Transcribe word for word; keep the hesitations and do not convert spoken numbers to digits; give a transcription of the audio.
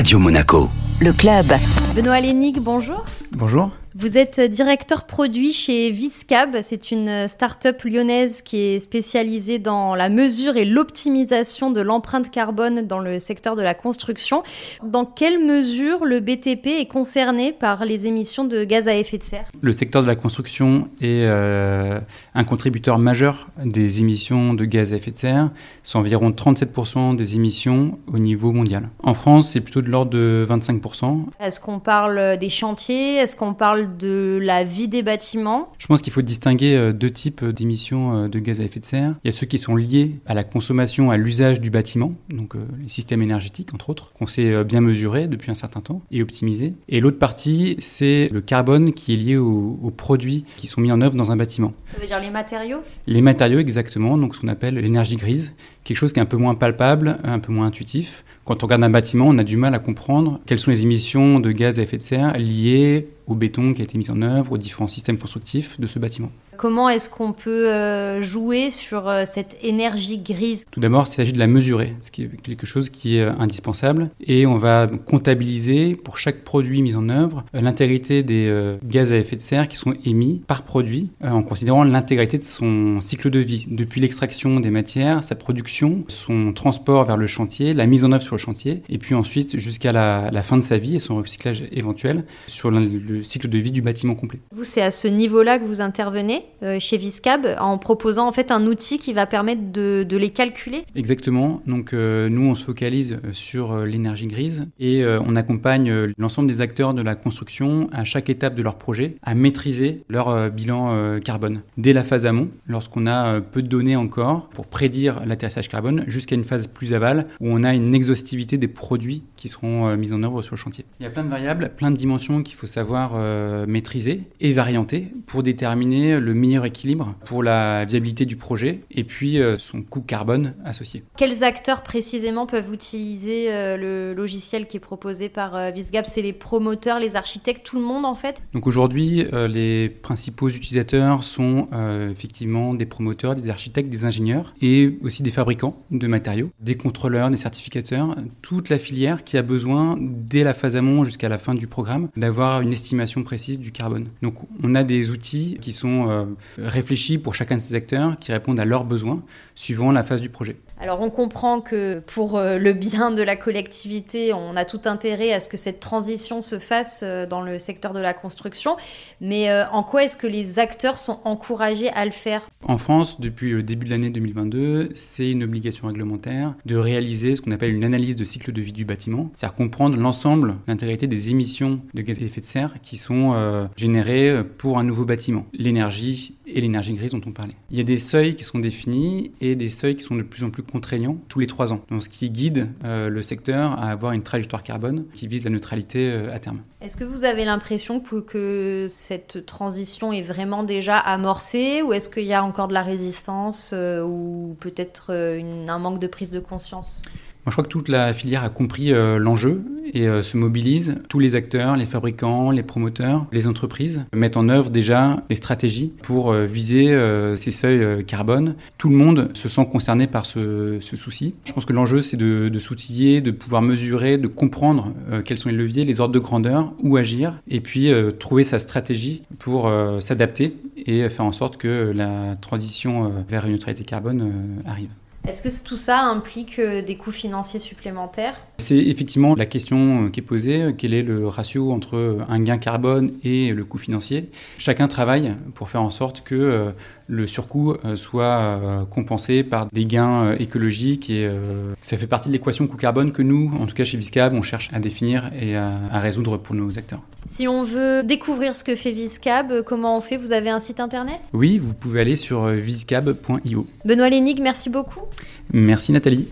Radio Monaco. Le club. Benoît Lénig, bonjour. Bonjour. Vous êtes directeur produit chez Viscab. C'est une start-up lyonnaise qui est spécialisée dans la mesure et l'optimisation de l'empreinte carbone dans le secteur de la construction. Dans quelle mesure le B T P est concerné par les émissions de gaz à effet de serre ? Le secteur de la construction est euh, un contributeur majeur des émissions de gaz à effet de serre. C'est environ trente-sept pour cent des émissions au niveau mondial. En France, c'est plutôt de l'ordre de vingt-cinq pour cent. Est-ce qu'on parle des chantiers ? Est-ce qu'on parle de la vie des bâtiments ? Je pense qu'il faut distinguer deux types d'émissions de gaz à effet de serre. Il y a ceux qui sont liés à la consommation, à l'usage du bâtiment, donc euh, les systèmes énergétiques entre autres, qu'on sait bien mesurer depuis un certain temps et optimiser. Et l'autre partie, c'est le carbone qui est lié aux, aux produits qui sont mis en œuvre dans un bâtiment. Ça veut dire les matériaux ? Les matériaux, exactement, donc ce qu'on appelle l'énergie grise, quelque chose qui est un peu moins palpable, un peu moins intuitif. Quand on regarde un bâtiment, on a du mal à comprendre quelles sont les émissions de gaz à effet de serre liées au béton qui a été mis en œuvre, aux différents systèmes constructifs de ce bâtiment. Comment est-ce qu'on peut euh, jouer sur euh, cette énergie grise ? Tout d'abord, il s'agit de la mesurer, ce qui est quelque chose qui est euh, indispensable. Et on va comptabiliser pour chaque produit mis en œuvre euh, l'intégrité des euh, gaz à effet de serre qui sont émis par produit euh, en considérant l'intégralité de son cycle de vie, depuis l'extraction des matières, sa production, son transport vers le chantier, la mise en œuvre sur le chantier, et puis ensuite jusqu'à la, la fin de sa vie et son recyclage éventuel sur le, le cycle de vie du bâtiment complet. Vous, c'est à ce niveau-là que vous intervenez euh, chez Viscab en proposant en fait un outil qui va permettre de, de les calculer ? Exactement. Donc euh, nous, on se focalise sur euh, l'énergie grise et euh, on accompagne euh, l'ensemble des acteurs de la construction à chaque étape de leur projet à maîtriser leur euh, bilan euh, carbone. Dès la phase amont, lorsqu'on a euh, peu de données encore pour prédire l'atterrissage carbone, jusqu'à une phase plus aval où on a une exhaustivité des produits qui seront euh, mis en œuvre sur le chantier. Il y a plein de variables, plein de dimensions qu'il faut savoir euh, maîtriser et varianter pour déterminer le meilleur équilibre pour la viabilité du projet et puis euh, son coût carbone associé. Quels acteurs précisément peuvent utiliser euh, le logiciel qui est proposé par euh, Viscab ? C'est les promoteurs, les architectes, tout le monde en fait ? Donc aujourd'hui, euh, les principaux utilisateurs sont euh, effectivement des promoteurs, des architectes, des ingénieurs et aussi des fabricants de matériaux, des contrôleurs, des certificateurs, toute la filière qui a besoin, dès la phase amont jusqu'à la fin du programme, d'avoir une estimation précise du carbone. Donc on a des outils qui sont euh, réfléchis pour chacun de ces acteurs, qui répondent à leurs besoins suivant la phase du projet. Alors on comprend que pour le bien de la collectivité, on a tout intérêt à ce que cette transition se fasse dans le secteur de la construction, mais en quoi est-ce que les acteurs sont encouragés à le faire ? En France, depuis le début de l'année deux mille vingt-deux, c'est une obligation réglementaire de réaliser ce qu'on appelle une analyse de cycle de vie du bâtiment, c'est-à-dire comprendre l'ensemble, l'intégrité des émissions de gaz à effet de serre qui sont euh, générées pour un nouveau bâtiment, l'énergie et l'énergie grise dont on parlait. Il y a des seuils qui sont définis et des seuils qui sont de plus en plus contraignants tous les trois ans. Donc, ce qui guide euh, le secteur à avoir une trajectoire carbone qui vise la neutralité euh, à terme. Est-ce que vous avez l'impression que, que cette transition est vraiment déjà amorcée ou est-ce qu'il y a encore de la résistance euh, ou peut-être euh, une, un manque de prise de conscience ? Moi, je crois que toute la filière a compris euh, l'enjeu et euh, se mobilise. Tous les acteurs, les fabricants, les promoteurs, les entreprises mettent en œuvre déjà des stratégies pour euh, viser euh, ces seuils euh, carbone. Tout le monde se sent concerné par ce, ce souci. Je pense que l'enjeu, c'est de, de s'outiller, de pouvoir mesurer, de comprendre euh, quels sont les leviers, les ordres de grandeur, où agir, et puis euh, trouver sa stratégie pour euh, s'adapter et faire en sorte que la transition euh, vers une neutralité carbone euh, arrive. Est-ce que tout ça implique des coûts financiers supplémentaires ? C'est effectivement la question qui est posée. Quel est le ratio entre un gain carbone et le coût financier ? Chacun travaille pour faire en sorte que le surcoût soit compensé par des gains écologiques. Et ça fait partie de l'équation coût carbone que nous, en tout cas chez Viscab, on cherche à définir et à, à résoudre pour nos acteurs. Si on veut découvrir ce que fait Viscab, comment on fait ? Vous avez un site internet ? Oui, vous pouvez aller sur viscab point io. Benoît Lénig, merci beaucoup. Merci Nathalie.